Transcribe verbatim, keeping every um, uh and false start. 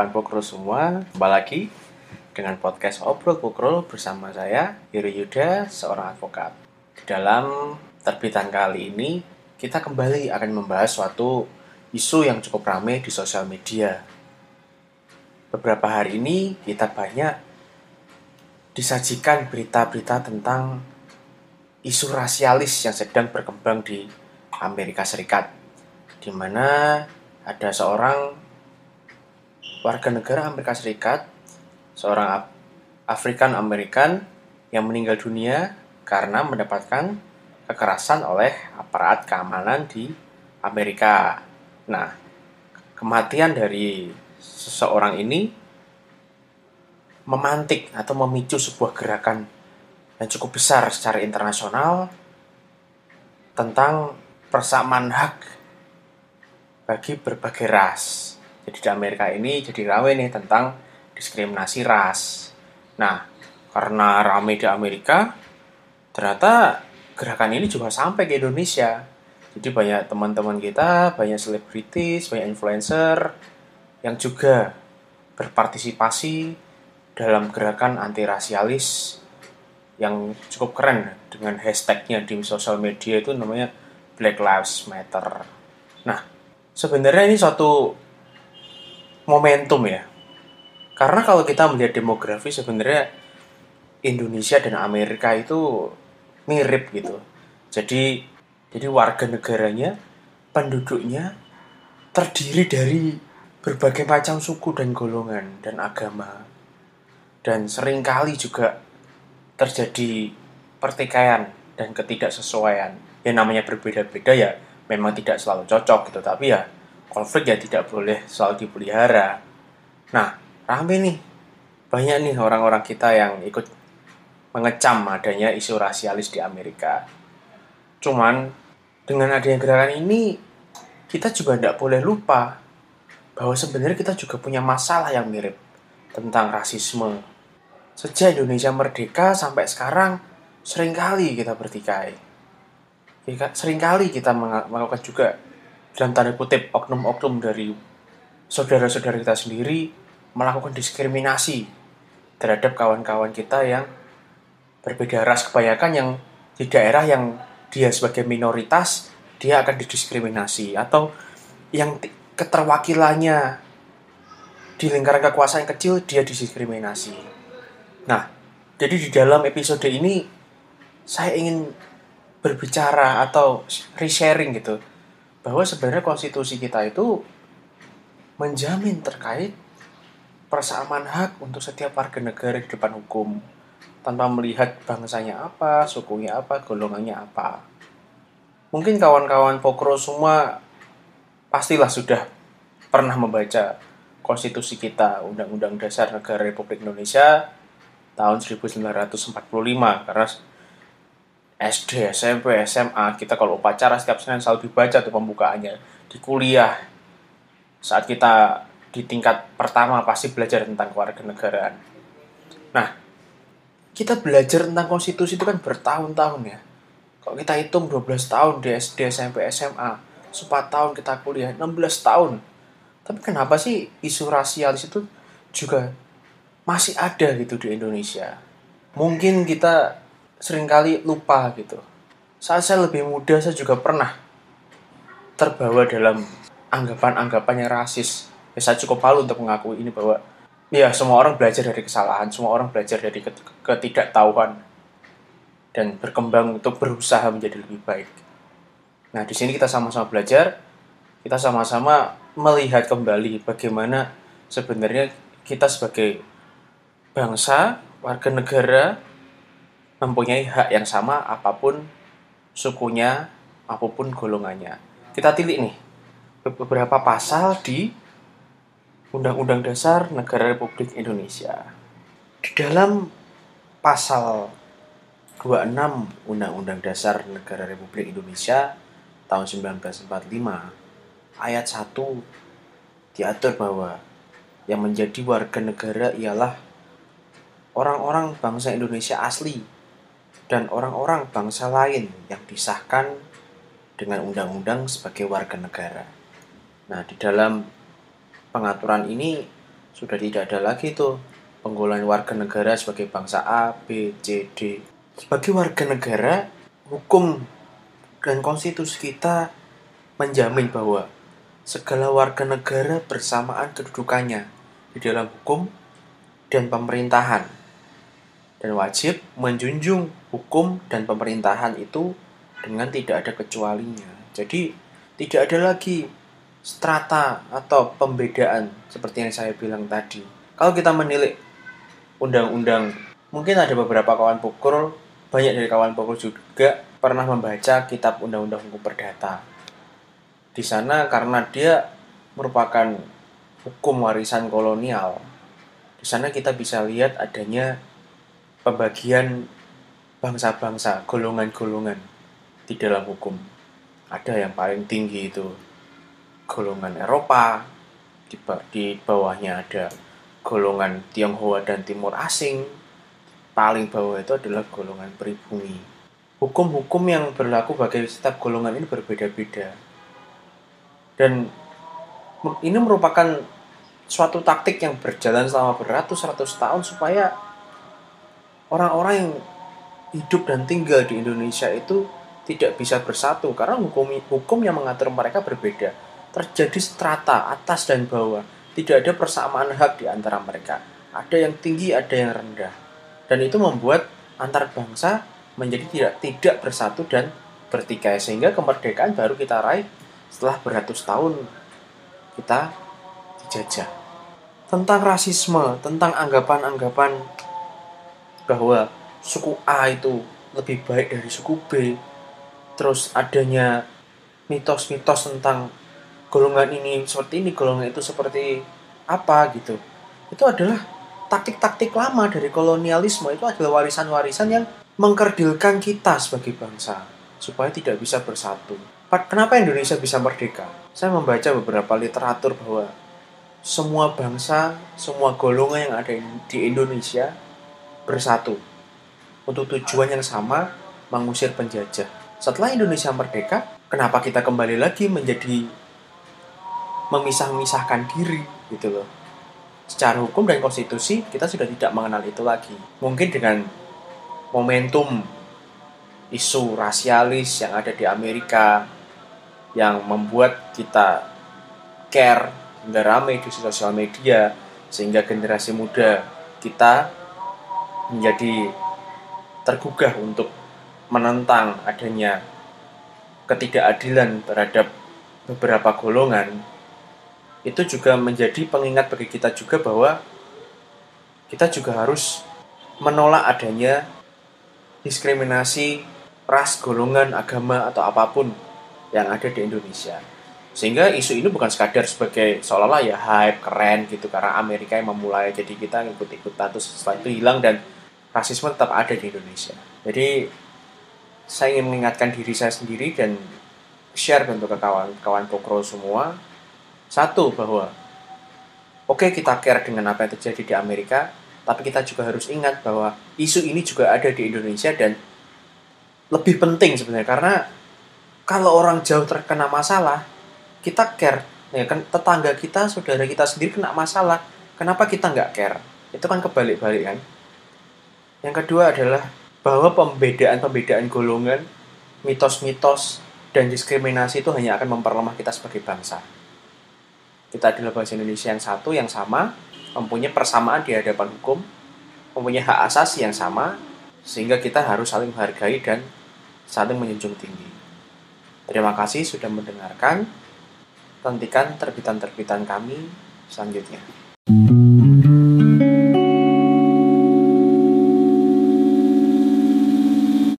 kawan Pukul semua, kembali lagi dengan podcast Obrol Pukul bersama saya, Yuri Yuda, seorang advokat. Di dalam terbitan kali ini, kita kembali akan membahas suatu isu yang cukup ramai di sosial media. Beberapa hari ini, kita banyak disajikan berita-berita tentang isu rasialis yang sedang berkembang di Amerika Serikat, di mana ada seorang warga negara Amerika Serikat, seorang African American yang meninggal dunia karena mendapatkan kekerasan oleh aparat keamanan di Amerika. Nah, kematian dari seseorang ini memantik atau memicu sebuah gerakan yang cukup besar secara internasional tentang persamaan hak bagi berbagai ras. Jadi di Amerika ini jadi rame nih tentang diskriminasi ras. Nah, karena rame di Amerika, ternyata gerakan ini juga sampai ke Indonesia. Jadi banyak teman-teman kita, banyak selebritis, banyak influencer yang juga berpartisipasi dalam gerakan anti-rasialis yang cukup keren dengan hashtagnya di sosial media itu namanya Black Lives Matter. Nah, sebenarnya ini suatu momentum ya. Karena kalau kita melihat demografi sebenarnya Indonesia dan Amerika itu mirip gitu. Jadi jadi warga negaranya, penduduknya terdiri dari berbagai macam suku dan golongan dan agama. Dan seringkali juga terjadi pertikaian dan ketidaksesuaian. Yang namanya berbeda-beda ya memang tidak selalu cocok gitu, tapi ya konflik ya tidak boleh selalu dipelihara. Nah, rame nih. Banyak nih orang-orang kita yang ikut mengecam adanya isu rasialis di Amerika. Cuman, dengan adanya gerakan ini, kita juga tidak boleh lupa bahwa sebenarnya kita juga punya masalah yang mirip tentang rasisme. Sejak Indonesia merdeka sampai sekarang, seringkali kita bertikai. Seringkali kita melakukan juga dalam tanda kutip oknum-oknum dari saudara-saudara kita sendiri melakukan diskriminasi terhadap kawan-kawan kita yang berbeda ras. Kebanyakan yang di daerah yang dia sebagai minoritas dia akan didiskriminasi, atau yang keterwakilannya di lingkaran kekuasaan yang kecil dia didiskriminasi. Nah, jadi di dalam episode ini saya ingin berbicara atau resharing gitu, bahwa sebenarnya konstitusi kita itu menjamin terkait persamaan hak untuk setiap warga negara di depan hukum tanpa melihat bangsanya apa, sukunya apa, golongannya apa. Mungkin kawan-kawan Pokro semua pastilah sudah pernah membaca konstitusi kita, Undang-Undang Dasar Negara Republik Indonesia tahun seribu sembilan ratus empat puluh lima, karena S D, S M P, S M A kita kalau upacara setiap Senin selalu dibaca tuh pembukaannya. Di kuliah saat kita di tingkat pertama pasti belajar tentang kewarganegaraan. Nah, kita belajar tentang konstitusi itu kan bertahun-tahun ya. Kalau kita hitung dua belas tahun di S D, S M P, S M A, empat tahun kita kuliah, enam belas tahun. Tapi kenapa sih isu rasialis itu juga masih ada gitu di Indonesia? Mungkin kita seringkali lupa gitu. Saat saya lebih muda, saya juga pernah terbawa dalam anggapan-anggapan yang rasis. Ya, saya cukup malu untuk mengakui ini bahwa ya semua orang belajar dari kesalahan, semua orang belajar dari ketidaktahuan dan berkembang untuk berusaha menjadi lebih baik. Nah, di sini kita sama-sama belajar, kita sama-sama melihat kembali bagaimana sebenarnya kita sebagai bangsa, warga negara mempunyai hak yang sama apapun sukunya, apapun golongannya. Kita tilik nih beberapa pasal di Undang-Undang Dasar Negara Republik Indonesia. Di dalam pasal dua puluh enam Undang-Undang Dasar Negara Republik Indonesia tahun seribu sembilan ratus empat puluh lima, ayat satu diatur bahwa yang menjadi warga negara ialah orang-orang bangsa Indonesia asli dan orang-orang bangsa lain yang disahkan dengan undang-undang sebagai warga negara. Nah, di dalam pengaturan ini Sudah tidak ada lagi tuh penggolongan warga negara sebagai bangsa A, B, C, D. Sebagai warga negara, hukum dan konstitusi kita menjamin bahwa segala warga negara bersamaan kedudukannya di dalam hukum dan pemerintahan, dan wajib menjunjung hukum dan pemerintahan itu dengan tidak ada kecualinya. Jadi tidak ada lagi strata atau pembedaan seperti yang saya bilang tadi. Kalau kita menilik undang-undang, mungkin ada beberapa kawan pokro, banyak dari kawan pokro juga pernah membaca kitab Undang-Undang Hukum Perdata. Di sana karena dia merupakan hukum warisan kolonial, di sana kita bisa lihat adanya pembagian bangsa-bangsa, golongan-golongan di dalam hukum. Ada yang paling tinggi itu golongan Eropa, di bawahnya ada golongan Tionghoa dan Timur Asing, paling bawah itu adalah golongan pribumi. Hukum-hukum yang berlaku bagi setiap golongan ini berbeda-beda. Dan ini merupakan suatu taktik yang berjalan selama beratus-ratus tahun supaya orang-orang yang hidup dan tinggal di Indonesia itu tidak bisa bersatu karena hukum hukum yang mengatur mereka berbeda. Terjadi strata atas dan bawah, tidak ada persamaan hak di antara mereka. Ada yang tinggi, ada yang rendah. Dan itu membuat antar bangsa menjadi tidak tidak bersatu dan bertikai, sehingga kemerdekaan baru kita raih setelah beratus tahun kita dijajah. Tentang rasisme, tentang anggapan-anggapan bahwa suku A itu lebih baik dari suku B, terus adanya mitos-mitos tentang golongan ini seperti ini, golongan itu seperti apa gitu. Itu adalah taktik-taktik lama dari kolonialisme. Itu adalah warisan-warisan yang mengkerdilkan kita sebagai bangsa supaya tidak bisa bersatu. Kenapa Indonesia bisa merdeka? Saya membaca beberapa literatur bahwa semua bangsa, semua golongan yang ada di Indonesia bersatu untuk tujuan yang sama, mengusir penjajah. Setelah Indonesia merdeka, kenapa kita kembali lagi menjadi memisah-misahkan diri gitu loh? Secara hukum dan konstitusi kita sudah tidak mengenal itu lagi. Mungkin dengan momentum isu rasialis yang ada di Amerika yang membuat kita care hingga ramai di sosial media, sehingga generasi muda kita menjadi tergugah untuk menentang adanya ketidakadilan terhadap beberapa golongan. Itu juga menjadi pengingat bagi kita juga bahwa kita juga harus menolak adanya diskriminasi ras, golongan, agama, atau apapun yang ada di Indonesia. Sehingga isu ini bukan sekadar sebagai seolah-olah ya hype, keren gitu karena Amerika yang memulai, jadi kita ngikut-ikutan, terus setelah itu hilang dan rasisme tetap ada di Indonesia. Jadi saya ingin mengingatkan diri saya sendiri dan share untuk ke kawan-kawan pokro semua. Satu, bahwa oke okay, kita care dengan apa yang terjadi di Amerika, tapi kita juga harus ingat bahwa isu ini juga ada di Indonesia dan lebih penting sebenarnya, karena kalau orang jauh terkena masalah, kita care. Ya kan, tetangga kita, saudara kita sendiri kena masalah, kenapa kita nggak care? Itu kan kebalik-balik kan. Yang kedua adalah bahwa pembedaan-pembedaan golongan, mitos-mitos, dan diskriminasi itu hanya akan memperlemah kita sebagai bangsa. Kita adalah bangsa Indonesia yang satu, yang sama, mempunyai persamaan di hadapan hukum, mempunyai hak asasi yang sama, sehingga kita harus saling menghargai dan saling menjunjung tinggi. Terima kasih sudah mendengarkan. Nantikan terbitan-terbitan kami selanjutnya.